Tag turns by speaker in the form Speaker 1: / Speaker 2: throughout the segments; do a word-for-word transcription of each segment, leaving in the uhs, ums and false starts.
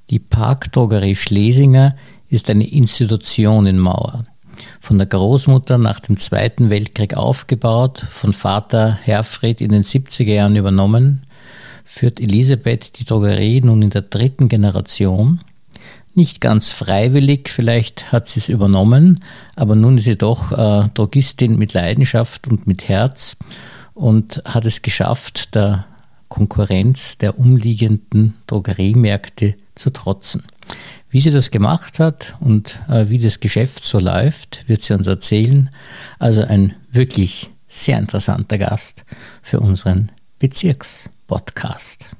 Speaker 1: Die Parkdrogerie Schlesinger ist eine Institution in Mauer. Von der Großmutter nach dem Zweiten Weltkrieg aufgebaut, von Vater Herfried in den siebziger Jahren übernommen, führt Elisabeth die Drogerie nun in der dritten Generation. Nicht ganz freiwillig, vielleicht hat sie es übernommen, aber nun ist sie doch äh, Drogistin mit Leidenschaft und mit Herz und hat es geschafft, der Konkurrenz der umliegenden Drogeriemärkte zu trotzen. Wie sie das gemacht hat und äh, wie das Geschäft so läuft, wird sie uns erzählen. Also ein wirklich sehr interessanter Gast für unseren Bezirkspodcast.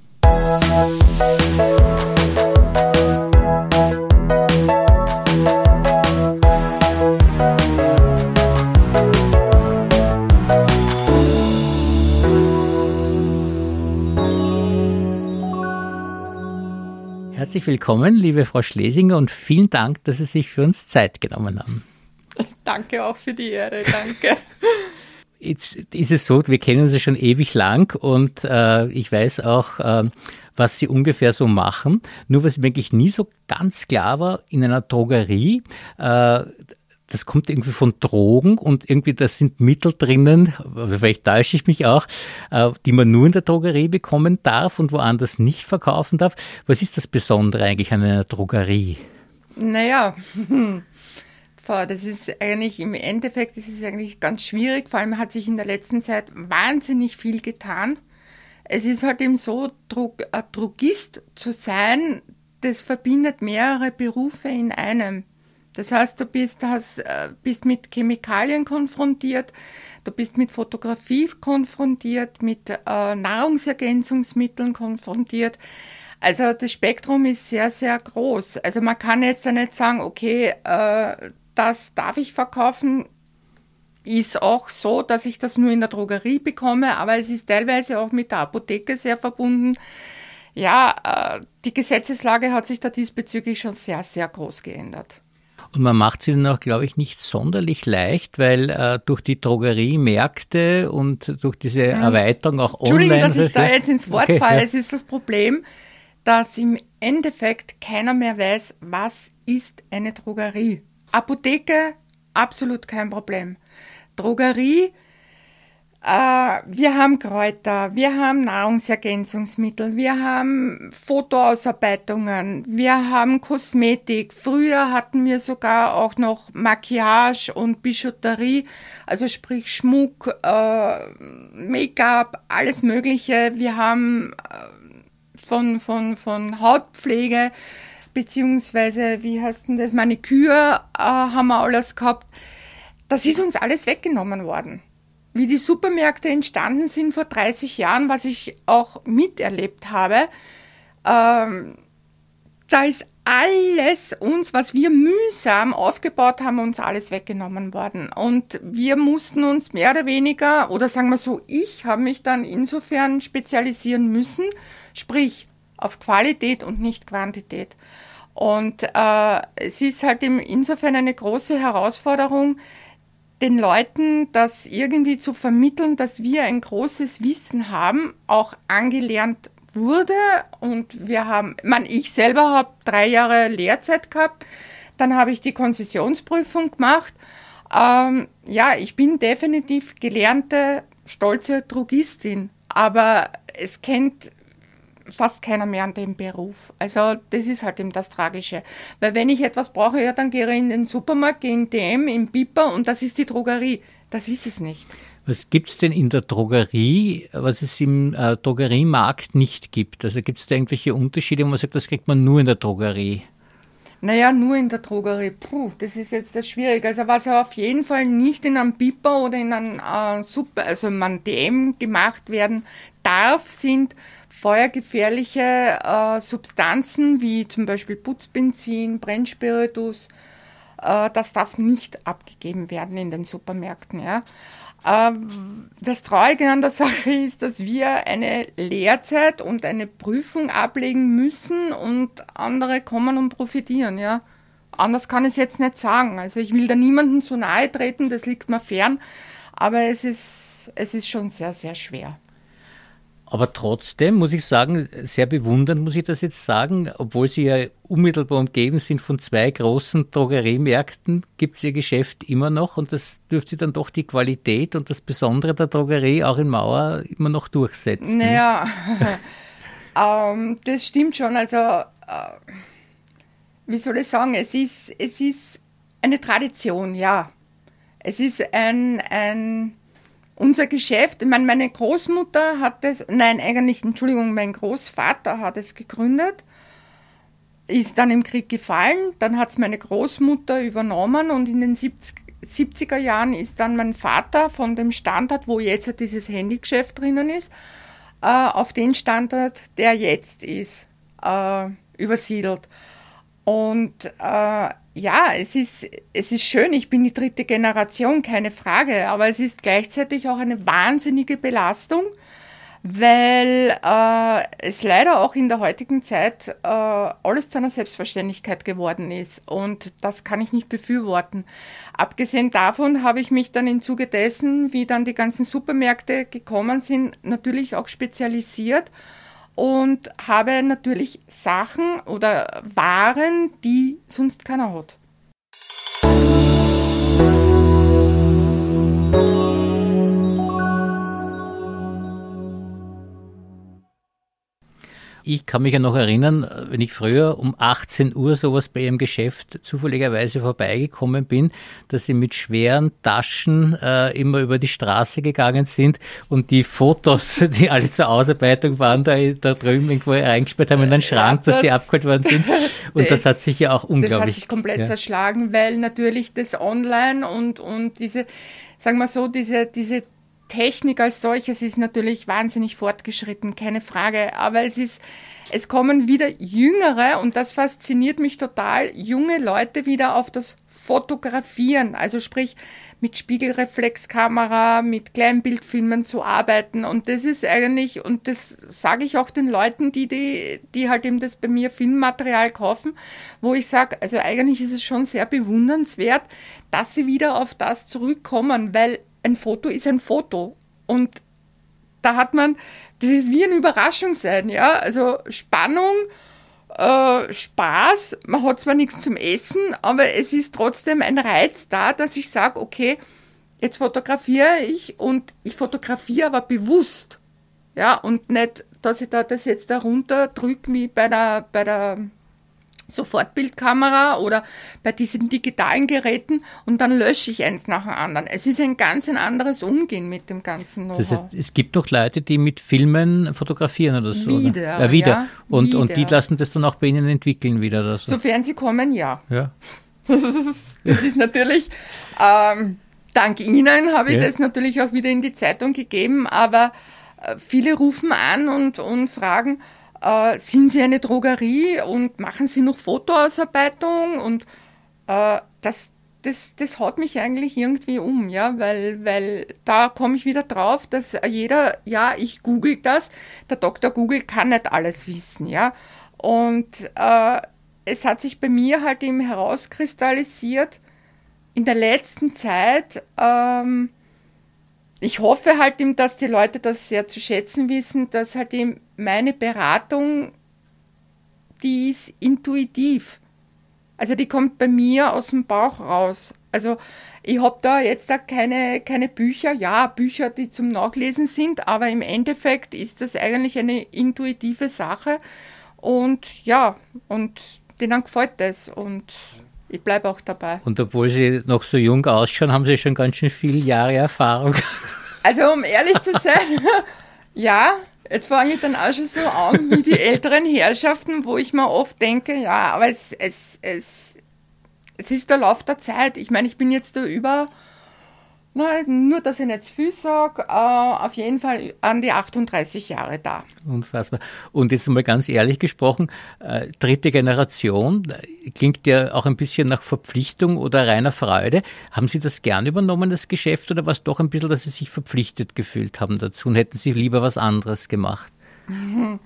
Speaker 1: Herzlich willkommen, liebe Frau Schlesinger, und vielen Dank, dass Sie sich für uns Zeit genommen haben.
Speaker 2: Danke auch für die Ehre, danke.
Speaker 1: Jetzt ist es so, wir kennen uns ja schon ewig lang und äh, ich weiß auch, äh, was Sie ungefähr so machen. Nur was mir eigentlich nie so ganz klar war, in einer Drogerie, äh, das kommt irgendwie von Drogen und irgendwie da sind Mittel drinnen, also vielleicht täusche ich mich auch, äh, die man nur in der Drogerie bekommen darf und woanders nicht verkaufen darf. Was ist das Besondere eigentlich an einer Drogerie?
Speaker 2: Naja, das ist eigentlich, im Endeffekt ist es eigentlich ganz schwierig, vor allem hat sich in der letzten Zeit wahnsinnig viel getan. Es ist halt eben so, ein Drogist zu sein, das verbindet mehrere Berufe in einem. Das heißt, du bist, hast, bist mit Chemikalien konfrontiert, du bist mit Fotografie konfrontiert, mit äh, Nahrungsergänzungsmitteln konfrontiert. Also das Spektrum ist sehr, sehr groß. Also man kann jetzt ja nicht sagen, okay, äh, das darf ich verkaufen. Ist auch so, dass ich das nur in der Drogerie bekomme, aber es ist teilweise auch mit der Apotheke sehr verbunden. Ja, äh, die Gesetzeslage hat sich da diesbezüglich schon sehr, sehr groß geändert.
Speaker 1: Und man macht sie dann auch, glaube ich, nicht sonderlich leicht, weil äh, durch die Drogeriemärkte und durch diese Erweiterung auch online...
Speaker 2: Entschuldigung, dass ich da jetzt ins Wort okay, falle. Ja. Es ist das Problem, dass im Endeffekt keiner mehr weiß, was ist eine Drogerie. Apotheke, absolut kein Problem. Drogerie, äh, wir haben Kräuter, wir haben Nahrungsergänzungsmittel, wir haben Fotoausarbeitungen, wir haben Kosmetik. Früher hatten wir sogar auch noch Maquillage und Bijouterie, also sprich Schmuck, äh, Make-up, alles Mögliche. Wir haben äh, von, von, von Hautpflege, beziehungsweise, wie heißt denn das, Maniküre, äh, haben wir alles gehabt. Das ist uns alles weggenommen worden. Wie die Supermärkte entstanden sind vor dreißig Jahren, was ich auch miterlebt habe, ähm, da ist alles uns, was wir mühsam aufgebaut haben, uns alles weggenommen worden. Und wir mussten uns mehr oder weniger, oder sagen wir so, ich habe mich dann insofern spezialisieren müssen, sprich auf Qualität und nicht Quantität. Und äh, es ist halt insofern eine große Herausforderung, den Leuten das irgendwie zu vermitteln, dass wir ein großes Wissen haben, auch angelernt wurde. Und wir haben, man, ich selber habe drei Jahre Lehrzeit gehabt, dann habe ich die Konzessionsprüfung gemacht. Ähm, ja, ich bin definitiv gelernte, stolze Drogistin, aber es kennt fast keiner mehr an dem Beruf. Also das ist halt eben das Tragische. Weil wenn ich etwas brauche, ja, dann gehe ich in den Supermarkt, gehe in D M, in Biper und das ist die Drogerie. Das ist es nicht.
Speaker 1: Was gibt es denn in der Drogerie, was es im äh, Drogeriemarkt nicht gibt? Also gibt es da irgendwelche Unterschiede, wo man sagt, das kriegt man nur in der Drogerie?
Speaker 2: Naja, nur in der Drogerie. Puh, das ist jetzt das Schwierige. Also was auf jeden Fall nicht in einem Biper oder in einem äh, Super, also in einem D M gemacht werden darf, sind feuergefährliche äh, Substanzen wie zum Beispiel Putzbenzin, Brennspiritus. Äh, das darf nicht abgegeben werden in den Supermärkten. Ja. Ähm, das Traurige an der Sache ist, dass wir eine Lehrzeit und eine Prüfung ablegen müssen und andere kommen und profitieren. Ja. Anders kann ich es jetzt nicht sagen. Also ich will da niemandem zu nahe treten, das liegt mir fern, aber es ist, es ist schon sehr, sehr schwer.
Speaker 1: Aber trotzdem muss ich sagen, sehr bewundernd muss ich das jetzt sagen, obwohl Sie ja unmittelbar umgeben sind von zwei großen Drogeriemärkten, gibt es Ihr Geschäft immer noch und das dürfte dann doch die Qualität und das Besondere der Drogerie auch in Mauer immer noch durchsetzen.
Speaker 2: Naja, ähm, das stimmt schon. Also, äh, wie soll ich sagen, es ist, es ist eine Tradition, ja. Es ist ein, ein unser Geschäft, ich meine, meine Großmutter hat es, nein, eigentlich, Entschuldigung, mein Großvater hat es gegründet, ist dann im Krieg gefallen, dann hat es meine Großmutter übernommen und in den siebziger Jahren ist dann mein Vater von dem Standort, wo jetzt dieses Handygeschäft drinnen ist, äh, auf den Standort, der jetzt ist, äh, übersiedelt. Und äh, ja, es ist, es ist schön, ich bin die dritte Generation, keine Frage, aber es ist gleichzeitig auch eine wahnsinnige Belastung, weil äh, es leider auch in der heutigen Zeit äh, alles zu einer Selbstverständlichkeit geworden ist und das kann ich nicht befürworten. Abgesehen davon habe ich mich dann im Zuge dessen, wie dann die ganzen Supermärkte gekommen sind, natürlich auch spezialisiert und habe natürlich Sachen oder Waren, die sonst keiner hat.
Speaker 1: Ich kann mich ja noch erinnern, wenn ich früher um achtzehn Uhr sowas bei Ihrem Geschäft zufälligerweise vorbeigekommen bin, dass Sie mit schweren Taschen äh, immer über die Straße gegangen sind und die Fotos, die alle zur Ausarbeitung waren, da, da drüben irgendwo reingesperrt haben in den Schrank, ja, das, dass die abgeholt worden sind. Und das, das hat sich ja auch unglaublich... Das hat
Speaker 2: sich komplett
Speaker 1: ja.
Speaker 2: zerschlagen, weil natürlich das Online und, und diese, sagen wir so, diese, diese Technik als solches ist natürlich wahnsinnig fortgeschritten, keine Frage, aber es ist, es kommen wieder jüngere und das fasziniert mich total, junge Leute wieder auf das Fotografieren, also sprich mit Spiegelreflexkamera, mit Kleinbildfilmen zu arbeiten und das ist eigentlich, und das sage ich auch den Leuten, die, die, die halt eben das bei mir Filmmaterial kaufen, wo ich sage, also eigentlich ist es schon sehr bewundernswert, dass sie wieder auf das zurückkommen, weil ein Foto ist ein Foto und da hat man, das ist wie eine Überraschung sein, ja, also Spannung, äh, Spaß, man hat zwar nichts zum Essen, aber es ist trotzdem ein Reiz da, dass ich sage, okay, jetzt fotografiere ich und ich fotografiere aber bewusst, ja, und nicht, dass ich da das jetzt da runter drücke wie bei der, bei der Sofortbildkamera oder bei diesen digitalen Geräten und dann lösche ich eins nach dem anderen. Es ist ein ganz ein anderes Umgehen mit dem ganzen Know-how.
Speaker 1: Das heißt, es gibt doch Leute, die mit Filmen fotografieren oder so.
Speaker 2: Wieder,
Speaker 1: oder? Ja, wieder.
Speaker 2: Ja,
Speaker 1: und,
Speaker 2: wieder.
Speaker 1: Und die lassen das dann auch bei Ihnen entwickeln wieder oder so.
Speaker 2: Sofern sie kommen, ja.
Speaker 1: Ja.
Speaker 2: Das ist, das ist natürlich, ähm, dank Ihnen habe ich ja. das natürlich auch wieder in die Zeitung gegeben, aber äh, viele rufen an und, und fragen, Äh, sind Sie eine Drogerie und machen Sie noch Fotoausarbeitung? Und äh, das, das, das haut mich eigentlich irgendwie um, ja, weil, weil da komme ich wieder drauf, dass jeder, ja, ich google das, der Doktor Google kann nicht alles wissen, ja. Und äh, es hat sich bei mir halt eben herauskristallisiert, in der letzten Zeit, ähm, ich hoffe halt eben, dass die Leute das sehr zu schätzen wissen, dass halt eben meine Beratung, die ist intuitiv. Also die kommt bei mir aus dem Bauch raus. Also ich habe da jetzt da keine, keine Bücher, ja, Bücher, die zum Nachlesen sind, aber im Endeffekt ist das eigentlich eine intuitive Sache. Und ja, und denen gefällt das und ich bleibe auch dabei.
Speaker 1: Und obwohl Sie noch so jung ausschauen, haben Sie schon ganz schön viele Jahre Erfahrung.
Speaker 2: Also um ehrlich zu sein, ja, jetzt fange ich dann auch schon so an wie die älteren Herrschaften, wo ich mir oft denke, ja, aber es, es, es, es ist der Lauf der Zeit. Ich meine, ich bin jetzt da über, na, nur dass ich nicht zu viel sage, äh, auf jeden Fall an die achtunddreißig Jahre da.
Speaker 1: Unfassbar. Und jetzt mal ganz ehrlich gesprochen, äh, dritte Generation, klingt ja auch ein bisschen nach Verpflichtung oder reiner Freude. Haben Sie das gern übernommen, das Geschäft, oder war es doch ein bisschen, dass Sie sich verpflichtet gefühlt haben dazu und hätten Sie lieber was anderes gemacht?
Speaker 2: Mhm.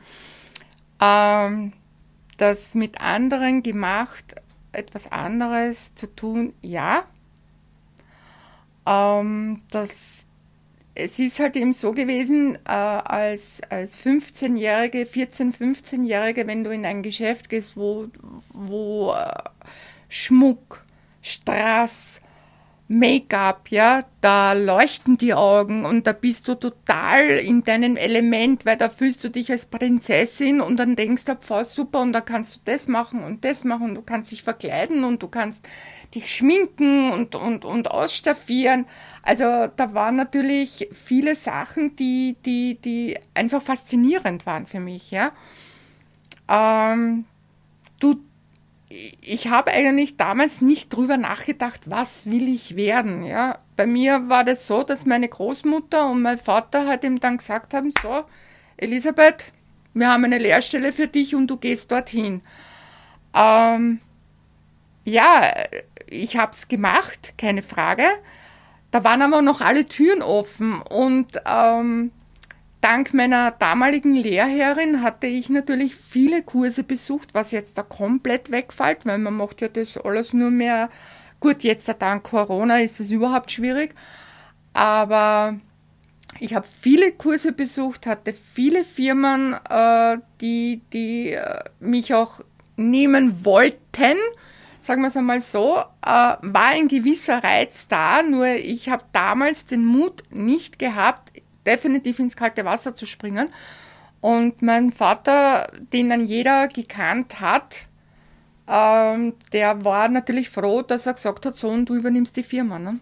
Speaker 2: Ähm, das mit anderen gemacht, etwas anderes zu tun, ja. Ähm, das es ist halt eben so gewesen, äh, als, als fünfzehnjährige, vierzehn-, fünfzehnjährige, wenn du in ein Geschäft gehst, wo, wo äh, Schmuck, Strass, Make-up, ja, da leuchten die Augen und da bist du total in deinem Element, weil da fühlst du dich als Prinzessin und dann denkst du, pf, super, und da kannst du das machen und das machen und du kannst dich verkleiden und du kannst dich schminken und, und, und ausstaffieren. Also da waren natürlich viele Sachen, die, die, die einfach faszinierend waren für mich, ja. Ähm, du Ich habe eigentlich damals nicht drüber nachgedacht, was will ich werden. Ja? Bei mir war das so, dass meine Großmutter und mein Vater halt ihm dann gesagt haben, so, Elisabeth, wir haben eine Lehrstelle für dich und du gehst dorthin. Ähm, ja, ich habe es gemacht, keine Frage. Da waren aber noch alle Türen offen und ähm, dank meiner damaligen Lehrherrin hatte ich natürlich viele Kurse besucht, was jetzt da komplett wegfällt, weil man macht ja das alles nur mehr, gut, jetzt dank Corona ist es überhaupt schwierig, aber ich habe viele Kurse besucht, hatte viele Firmen, äh, die, die äh, mich auch nehmen wollten, sagen wir es einmal so, äh, war ein gewisser Reiz da, nur ich habe damals den Mut nicht gehabt, definitiv ins kalte Wasser zu springen. Und mein Vater, den dann jeder gekannt hat, ähm, der war natürlich froh, dass er gesagt hat, so, und du übernimmst die Firma. Ne?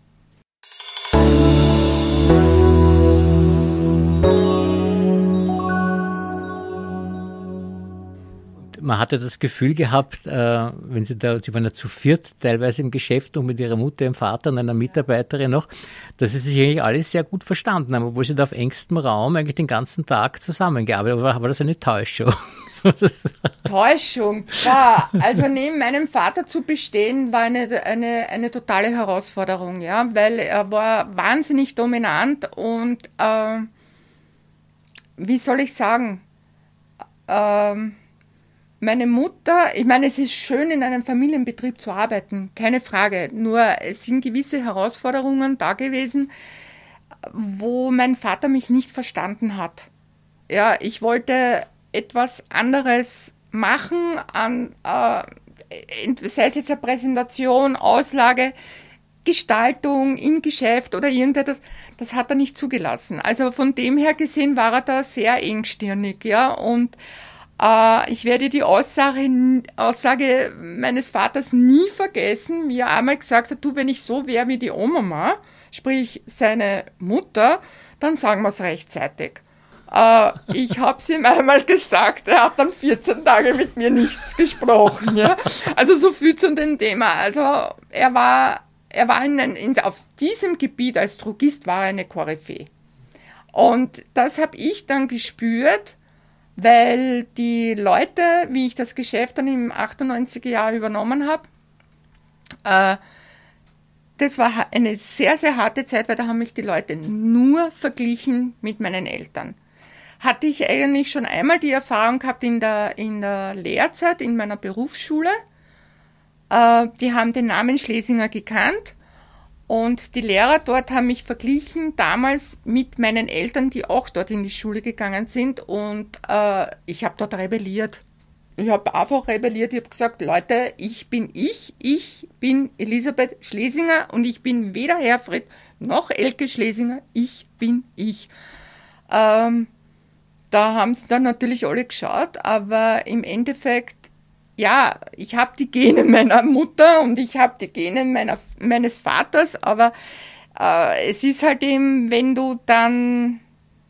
Speaker 1: Man hatte das Gefühl gehabt, äh, wenn Sie da, Sie waren ja zu viert teilweise im Geschäft und mit Ihrer Mutter, Ihrem Vater und einer Mitarbeiterin noch, dass Sie sich eigentlich alles sehr gut verstanden haben, obwohl Sie da auf engstem Raum eigentlich den ganzen Tag zusammengearbeitet haben. Aber war das eine Täuschung?
Speaker 2: Täuschung, ja, also neben meinem Vater zu bestehen, war eine, eine, eine totale Herausforderung, ja, weil er war wahnsinnig dominant und äh, wie soll ich sagen, ähm, meine Mutter, ich meine, es ist schön, in einem Familienbetrieb zu arbeiten, keine Frage. Nur es sind gewisse Herausforderungen da gewesen, wo mein Vater mich nicht verstanden hat. Ja, ich wollte etwas anderes machen, an, äh, sei es jetzt eine Präsentation, Auslage, Gestaltung im Geschäft oder irgendetwas, das hat er nicht zugelassen. Also von dem her gesehen war er da sehr engstirnig, ja, und ich werde die Aussage, Aussage meines Vaters nie vergessen, wie er einmal gesagt hat, du, wenn ich so wäre wie die Oma, sprich seine Mutter, dann sagen wir es rechtzeitig. Äh, ich habe es ihm einmal gesagt, er hat dann vierzehn Tage mit mir nichts gesprochen. Ja? Also so viel zu dem Thema. Also er war, er war in, in, auf diesem Gebiet als Drogist war er eine Koryphäe. Und das habe ich dann gespürt, weil die Leute, wie ich das Geschäft dann im achtundneunziger Jahr übernommen habe, äh, das war eine sehr, sehr harte Zeit, weil da haben mich die Leute nur verglichen mit meinen Eltern. Hatte ich eigentlich schon einmal die Erfahrung gehabt in der, in der Lehrzeit, in meiner Berufsschule. Äh, die haben den Namen Schlesinger gekannt. Und die Lehrer dort haben mich verglichen, damals mit meinen Eltern, die auch dort in die Schule gegangen sind. Und äh, ich habe dort rebelliert. Ich habe einfach rebelliert. Ich habe gesagt, Leute, ich bin ich. Ich bin Elisabeth Schlesinger und ich bin weder Herfried noch Elke Schlesinger. Ich bin ich. Ähm, da haben es dann natürlich alle geschaut, aber im Endeffekt, ja, ich habe die Gene meiner Mutter und ich habe die Gene meiner, meines Vaters, aber äh, es ist halt eben, wenn du dann,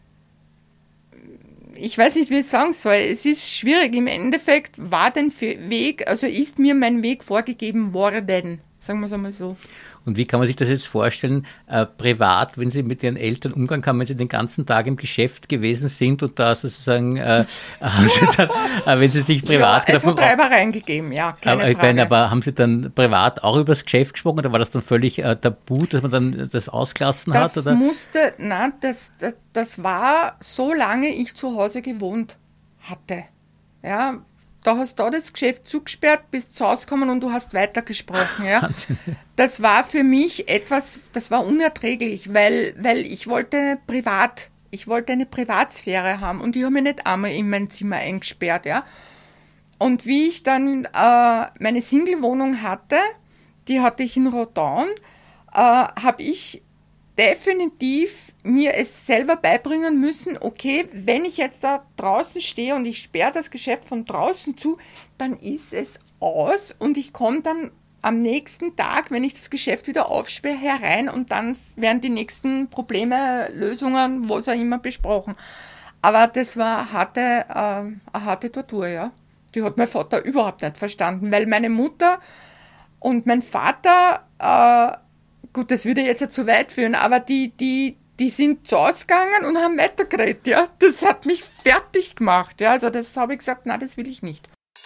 Speaker 2: ich weiß nicht, wie ich sagen soll, es ist schwierig. Im Endeffekt war der Weg, also ist mir mein Weg vorgegeben worden, sagen wir es einmal so.
Speaker 1: Und wie kann man sich das jetzt vorstellen, äh, privat, wenn Sie mit Ihren Eltern umgehen kann, wenn Sie den ganzen Tag im Geschäft gewesen sind und da sozusagen, äh, haben Sie dann, äh, wenn Sie sich privat...
Speaker 2: Ja, es hat Treibereien gegeben, ja, keine
Speaker 1: aber,
Speaker 2: Frage.
Speaker 1: Meine, aber haben Sie dann privat auch über das Geschäft gesprochen oder war das dann völlig äh, tabu, dass man dann das ausgelassen
Speaker 2: das
Speaker 1: hat? Oder?
Speaker 2: musste, nein, das, das, das war, solange ich zu Hause gewohnt hatte. Ja, da hast du da das Geschäft zugesperrt, bist zu Hause gekommen und du hast weitergesprochen. Ja. Das war für mich etwas, das war unerträglich, weil, weil ich wollte privat, ich wollte eine Privatsphäre haben und ich habe mich nicht einmal in mein Zimmer eingesperrt. Ja. Und wie ich dann äh, meine Single-Wohnung hatte, die hatte ich in Rodan, äh, habe ich definitiv mir es selber beibringen müssen, okay, wenn ich jetzt da draußen stehe und ich sperre das Geschäft von draußen zu, dann ist es aus und ich komme dann am nächsten Tag, wenn ich das Geschäft wieder aufsperre, herein und dann werden die nächsten Probleme, Lösungen, was auch immer besprochen. Aber das war eine harte, äh, eine harte Tortur, ja. Die hat mein Vater überhaupt nicht verstanden, weil meine Mutter und mein Vater, äh, gut, das würde jetzt ja zu weit führen, aber die, die, die sind zu Hause gegangen und haben weitergeredet, ja. Das hat mich fertig gemacht, ja. Also das habe ich gesagt, nein, das will ich nicht.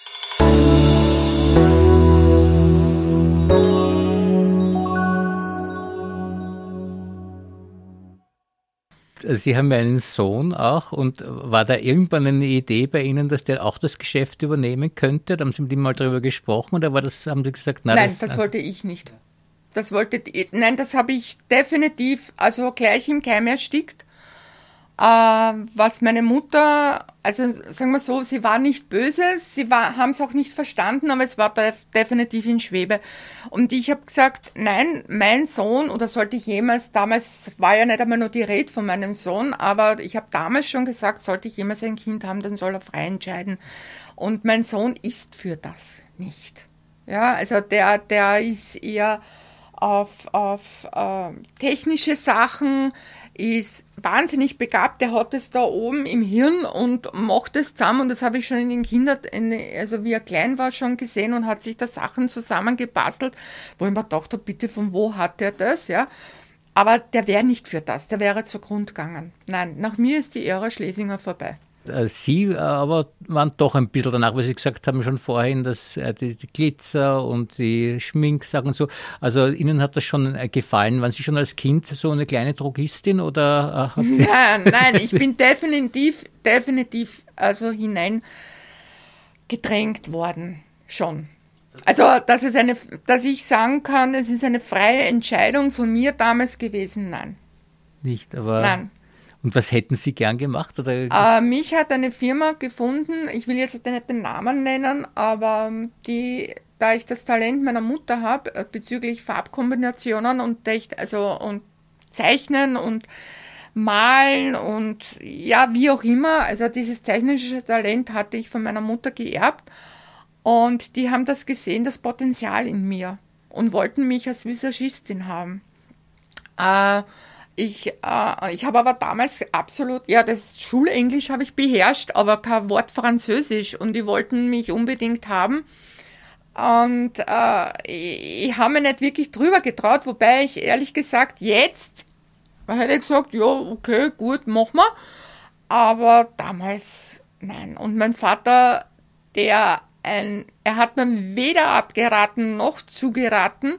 Speaker 1: Sie haben ja einen Sohn auch und war da irgendwann eine Idee bei Ihnen, dass der auch das Geschäft übernehmen könnte? Da haben Sie mit ihm mal darüber gesprochen oder war das, haben Sie gesagt, nein?
Speaker 2: Nein,
Speaker 1: das,
Speaker 2: das wollte ich nicht. Das wollte, nein, das habe ich definitiv, also gleich im Keim erstickt. Äh, was meine Mutter, also sagen wir so, sie war nicht böse, sie haben es auch nicht verstanden, aber es war bei, definitiv in Schwebe. Und ich habe gesagt, nein, mein Sohn, oder sollte ich jemals, damals war ja nicht einmal nur die Rede von meinem Sohn, aber ich habe damals schon gesagt, sollte ich jemals ein Kind haben, dann soll er frei entscheiden. Und mein Sohn ist für das nicht. Ja, also der, der ist eher auf, auf äh, technische Sachen, ist wahnsinnig begabt, der hat es da oben im Hirn und macht es zusammen und das habe ich schon in den Kindern, also wie er klein war, schon gesehen und hat sich da Sachen zusammengebastelt, wo ich mir dachte, bitte, von wo hat er das, ja? Aber der wäre nicht für das, der wäre zugrunde gegangen. Nein, nach mir ist die Ära Schlesinger vorbei.
Speaker 1: Sie aber waren doch ein bisschen danach, weil Sie gesagt haben schon vorhin, dass die, die Glitzer und die Schminksachen und so, also Ihnen hat das schon gefallen. Waren Sie schon als Kind so eine kleine Drogistin oder hat Sie...
Speaker 2: Nein, nein, ich bin definitiv, definitiv also hineingedrängt worden, schon. Also, dass, es eine, dass ich sagen kann, es ist eine freie Entscheidung von mir damals gewesen, nein.
Speaker 1: Nicht, aber...
Speaker 2: Nein.
Speaker 1: Und was hätten Sie gern gemacht? Oder?
Speaker 2: Äh, mich hat eine Firma gefunden, ich will jetzt nicht den Namen nennen, aber die, da ich das Talent meiner Mutter habe bezüglich Farbkombinationen und, also, und Zeichnen und Malen und ja, wie auch immer, also dieses zeichnerische Talent hatte ich von meiner Mutter geerbt und die haben das gesehen, das Potenzial in mir und wollten mich als Visagistin haben. Äh, Ich, äh, ich habe aber damals absolut, ja, das Schulenglisch habe ich beherrscht, aber kein Wort Französisch und die wollten mich unbedingt haben. Und äh, ich, ich habe mir nicht wirklich drüber getraut, wobei ich ehrlich gesagt jetzt, hätte ich gesagt, ja, okay, gut, mach mal. Aber damals, nein. Und mein Vater, der ein, er hat mir weder abgeraten noch zugeraten,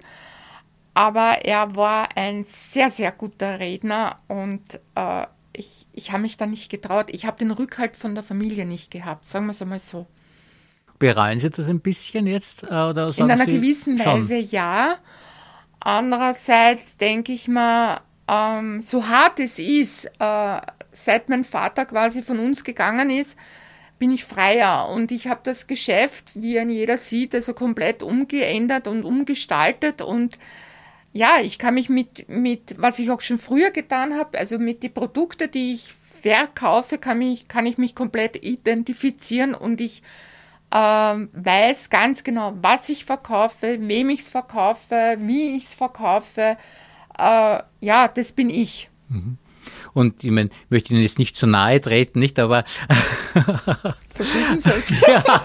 Speaker 2: aber er war ein sehr, sehr guter Redner und äh, ich, ich habe mich da nicht getraut. Ich habe den Rückhalt von der Familie nicht gehabt, sagen wir es einmal so.
Speaker 1: Bereuen Sie das ein bisschen jetzt? Oder
Speaker 2: In einer
Speaker 1: Sie
Speaker 2: gewissen
Speaker 1: schon?
Speaker 2: Weise ja. Andererseits denke ich mal, ähm, so hart es ist, äh, seit mein Vater quasi von uns gegangen ist, bin ich freier und ich habe das Geschäft, wie ein jeder sieht, also komplett umgeändert und umgestaltet und ja, ich kann mich mit, mit, was ich auch schon früher getan habe, also mit den Produkten, die ich verkaufe, kann, mich, kann ich mich komplett identifizieren und ich ähm, weiß ganz genau, was ich verkaufe, wem ich es verkaufe, wie ich es verkaufe. Äh, ja, das bin ich.
Speaker 1: Mhm. Und ich meine, ich möchte Ihnen jetzt nicht zu nahe treten, nicht, aber
Speaker 2: versuchen Sie es.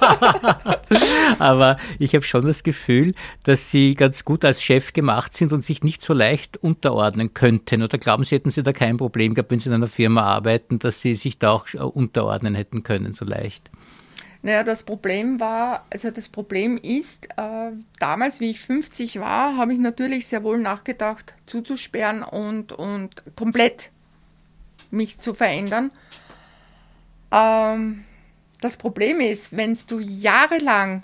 Speaker 1: Ja. Aber ich habe schon das Gefühl, dass Sie ganz gut als Chef gemacht sind und sich nicht so leicht unterordnen könnten. Oder glauben Sie, hätten Sie da kein Problem gehabt, wenn Sie in einer Firma arbeiten, dass Sie sich da auch unterordnen hätten können, so leicht?
Speaker 2: Naja, das Problem war, also das Problem ist, äh, damals, wie ich fünfzig war, habe ich natürlich sehr wohl nachgedacht, zuzusperren und, und komplett mich zu verändern. Ähm, das Problem ist, wenn du jahrelang,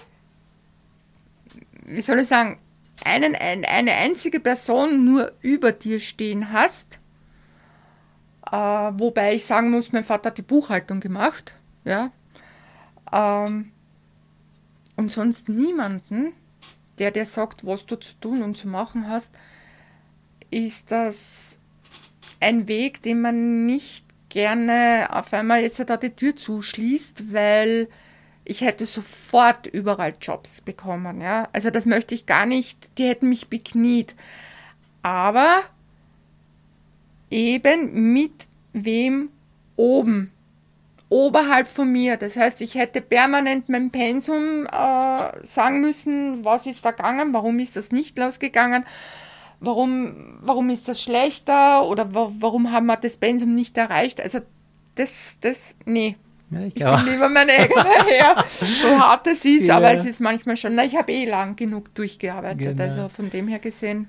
Speaker 2: wie soll ich sagen, einen, ein, eine einzige Person nur über dir stehen hast, äh, wobei ich sagen muss, mein Vater hat die Buchhaltung gemacht, ja, ähm, und sonst niemanden, der dir sagt, was du zu tun und zu machen hast, ist das ein Weg, den man nicht gerne auf einmal jetzt da die Tür zuschließt, weil ich hätte sofort überall Jobs bekommen. Ja? Also das möchte ich gar nicht, die hätten mich bekniet. Aber eben mit wem oben, oberhalb von mir. Das heißt, ich hätte permanent mein Pensum äh, sagen müssen, was ist da gegangen, warum ist das nicht losgegangen, warum, warum ist das schlechter oder wa- warum haben wir das Pensum nicht erreicht. Also das, das, nee.
Speaker 1: Ja, ich
Speaker 2: ich
Speaker 1: auch.
Speaker 2: bin lieber mein eigener Herr, so hart es ist,
Speaker 1: Ja.
Speaker 2: aber es ist manchmal schon, na, ich habe eh lang genug durchgearbeitet,
Speaker 1: Genau.
Speaker 2: also von dem her gesehen.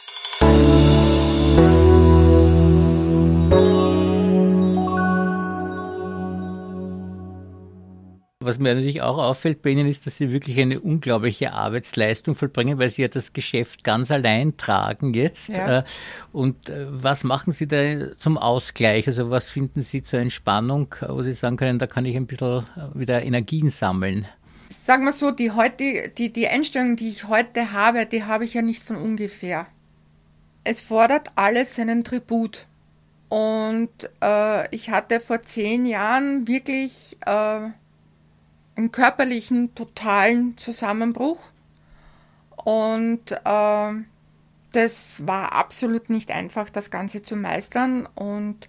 Speaker 1: Was mir natürlich auch auffällt bei Ihnen ist, dass Sie wirklich eine unglaubliche Arbeitsleistung vollbringen, weil Sie ja das Geschäft ganz allein tragen jetzt.
Speaker 2: Ja.
Speaker 1: Und was machen Sie da zum Ausgleich? Also was finden Sie zur Entspannung, wo Sie sagen können, da kann ich ein bisschen wieder Energien sammeln?
Speaker 2: Sagen wir so, die, heute, die, die Einstellung, die ich heute habe, die habe ich ja nicht von ungefähr. Es fordert alles seinen Tribut. Und äh, ich hatte vor zehn Jahren wirklich äh, einen körperlichen, totalen Zusammenbruch. Und äh, das war absolut nicht einfach, das Ganze zu meistern. Und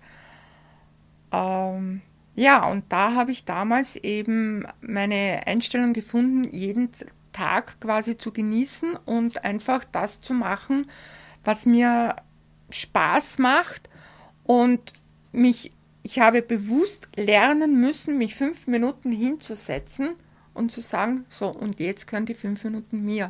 Speaker 2: ähm, ja, und da habe ich damals eben meine Einstellung gefunden, jeden Tag quasi zu genießen und einfach das zu machen, was mir Spaß macht. Und mich, ich habe bewusst lernen müssen, mich fünf Minuten hinzusetzen und zu sagen, so, und jetzt können die fünf Minuten mir.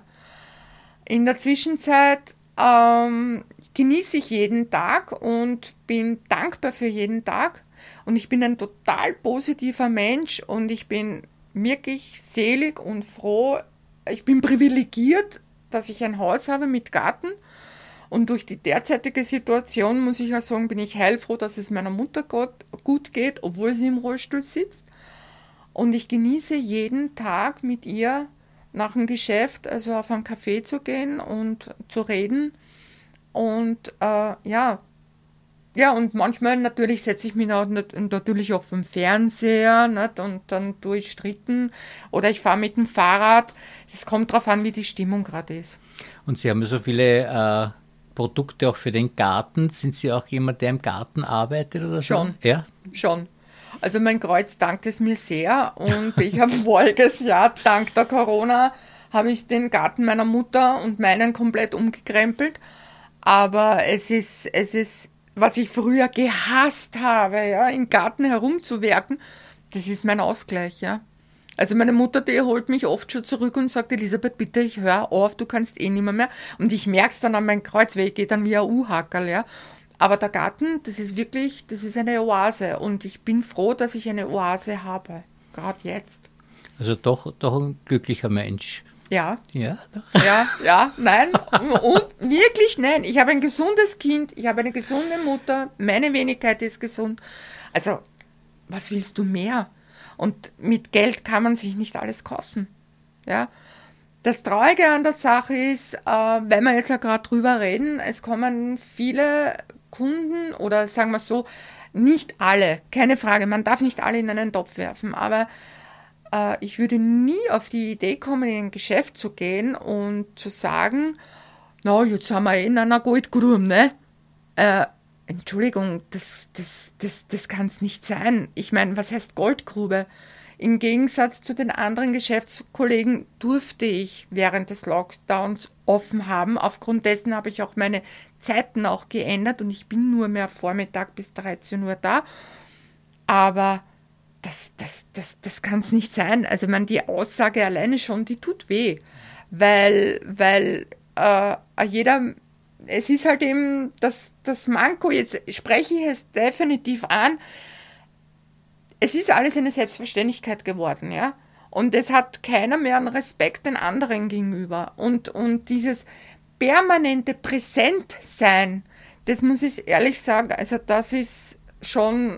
Speaker 2: In der Zwischenzeit ähm, genieße ich jeden Tag und bin dankbar für jeden Tag. Und ich bin ein total positiver Mensch und ich bin wirklich selig und froh. Ich bin privilegiert, dass ich ein Haus habe mit Garten. Und durch die derzeitige Situation, muss ich ja sagen, bin ich heilfroh, dass es meiner Mutter gut geht, obwohl sie im Rollstuhl sitzt. Und ich genieße jeden Tag mit ihr nach dem Geschäft, also auf einen Café zu gehen und zu reden. Und äh, ja, ja, und manchmal natürlich setze ich mich auch natürlich auch vom Fernseher, nicht? Und dann tue ich stricken oder ich fahre mit dem Fahrrad. Es kommt darauf an, wie die Stimmung gerade ist.
Speaker 1: Und Sie haben ja so viele äh, Produkte auch für den Garten. Sind Sie auch jemand, der im Garten arbeitet oder so?
Speaker 2: Schon,
Speaker 1: ja?
Speaker 2: schon. Also mein Kreuz dankt es mir sehr und ich habe voriges Jahr, dank der Corona, habe ich den Garten meiner Mutter und meinen komplett umgekrempelt. Aber es ist, es ist, was ich früher gehasst habe, ja, im Garten herumzuwerken, das ist mein Ausgleich, ja. Also meine Mutter, die holt mich oft schon zurück und sagt, Elisabeth, bitte, ich hör auf, du kannst eh nimmer mehr. Und ich merke es dann an meinem Kreuz, weil ich gehe dann wie ein U-Hackerl, ja. Aber der Garten, das ist wirklich, das ist eine Oase und ich bin froh, dass ich eine Oase habe, gerade jetzt.
Speaker 1: Also doch, doch ein glücklicher Mensch.
Speaker 2: Ja.
Speaker 1: Ja, doch.
Speaker 2: Ja, ja, nein. Und wirklich, nein. Ich habe ein gesundes Kind, ich habe eine gesunde Mutter, meine Wenigkeit ist gesund. Also, was willst du mehr? Und mit Geld kann man sich nicht alles kaufen. Ja. Das Traurige an der Sache ist, äh, wenn wir jetzt ja gerade drüber reden, es kommen viele Kunden oder sagen wir so, nicht alle, keine Frage, man darf nicht alle in einen Topf werfen, aber äh, ich würde nie auf die Idee kommen, in ein Geschäft zu gehen und zu sagen, na, jetzt haben wir eh in einer Goldgrube, ne? Äh, Entschuldigung, das, das, das, das kann es nicht sein. Ich meine, was heißt Goldgrube? Im Gegensatz zu den anderen Geschäftskollegen durfte ich während des Lockdowns offen haben. Aufgrund dessen habe ich auch meine Zeiten auch geändert und ich bin nur mehr Vormittag bis dreizehn Uhr da. Aber das, das, das, das kann es nicht sein. Also man, die Aussage alleine schon, die tut weh. Weil, weil äh, jeder, es ist halt eben das, das Manko, jetzt spreche ich es definitiv an, es ist alles eine Selbstverständlichkeit geworden, ja. Und es hat keiner mehr einen Respekt den anderen gegenüber. Und, und dieses permanente Präsentsein, das muss ich ehrlich sagen, also das ist schon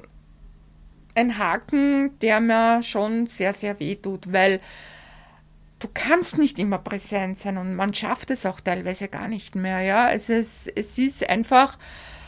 Speaker 2: ein Haken, der mir schon sehr, sehr weh tut, weil du kannst nicht immer präsent sein und man schafft es auch teilweise gar nicht mehr. Ja? Es, ist, es ist einfach,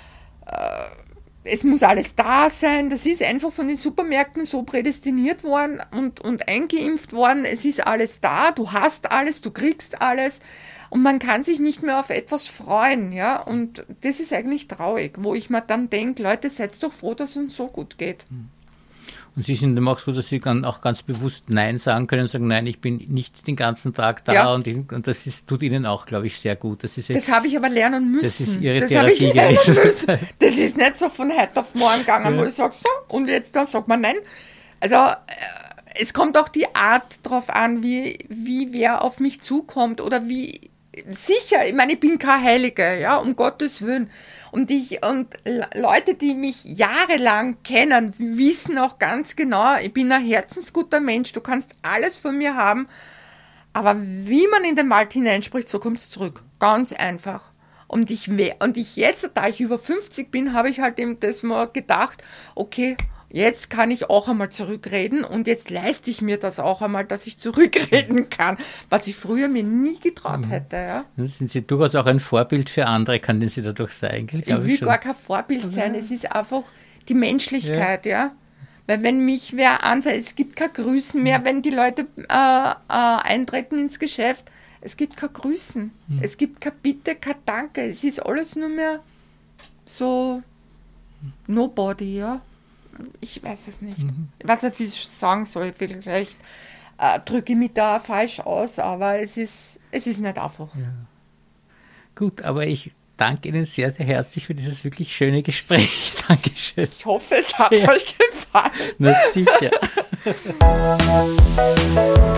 Speaker 2: äh, es muss alles da sein, das ist einfach von den Supermärkten so prädestiniert worden und, und eingeimpft worden, es ist alles da, du hast alles, du kriegst alles und man kann sich nicht mehr auf etwas freuen. Ja? Und das ist eigentlich traurig, wo ich mir dann denke, Leute, seid doch froh, dass es uns so gut geht.
Speaker 1: Und Sie sind immer auch so, dass Sie auch ganz bewusst Nein sagen können und sagen, nein, ich bin nicht den ganzen Tag da.
Speaker 2: Ja.
Speaker 1: Und, und das ist, tut Ihnen auch, glaube ich, sehr gut. Das, ist
Speaker 2: das habe ich aber lernen müssen.
Speaker 1: Das ist Ihre
Speaker 2: das
Speaker 1: Therapie gewesen.
Speaker 2: Das ist nicht so von heute auf morgen gegangen,
Speaker 1: Ja.
Speaker 2: wo ich sage, so, und jetzt dann sagt man nein. Also äh, es kommt auch die Art drauf an, wie, wie wer auf mich zukommt oder wie, sicher, ich meine, ich bin keine Heilige, ja, um Gottes Willen. Und ich, und Leute, die mich jahrelang kennen, wissen auch ganz genau, ich bin ein herzensguter Mensch, du kannst alles von mir haben, aber wie man in den Wald hineinspricht, so kommt es zurück. Ganz einfach. Und ich, und ich jetzt, da ich über fünfzig bin, habe ich halt eben das mal gedacht, okay, jetzt kann ich auch einmal zurückreden und jetzt leiste ich mir das auch einmal, dass ich zurückreden kann, was ich früher mir nie getraut hätte. Ja.
Speaker 1: Sind Sie durchaus auch ein Vorbild für andere, kann denn Sie dadurch sein?
Speaker 2: Ich will ich gar kein Vorbild sein, es ist einfach die Menschlichkeit, ja. ja? Weil wenn mich wer anfällt, es gibt kein Grüßen mehr, wenn die Leute äh, äh, eintreten ins Geschäft, es gibt kein Grüßen, mhm. es gibt kein Bitte, kein Danke, es ist alles nur mehr so nobody, ja. Ich weiß es nicht. Mhm. Ich weiß nicht, wie ich es sagen soll. Vielleicht äh, drücke ich mich da falsch aus, aber es ist, es ist nicht einfach.
Speaker 1: Ja. Gut, aber ich danke Ihnen sehr, sehr herzlich für dieses wirklich schöne Gespräch. Dankeschön.
Speaker 2: Ich hoffe, es hat ja. euch gefallen.
Speaker 1: Na sicher.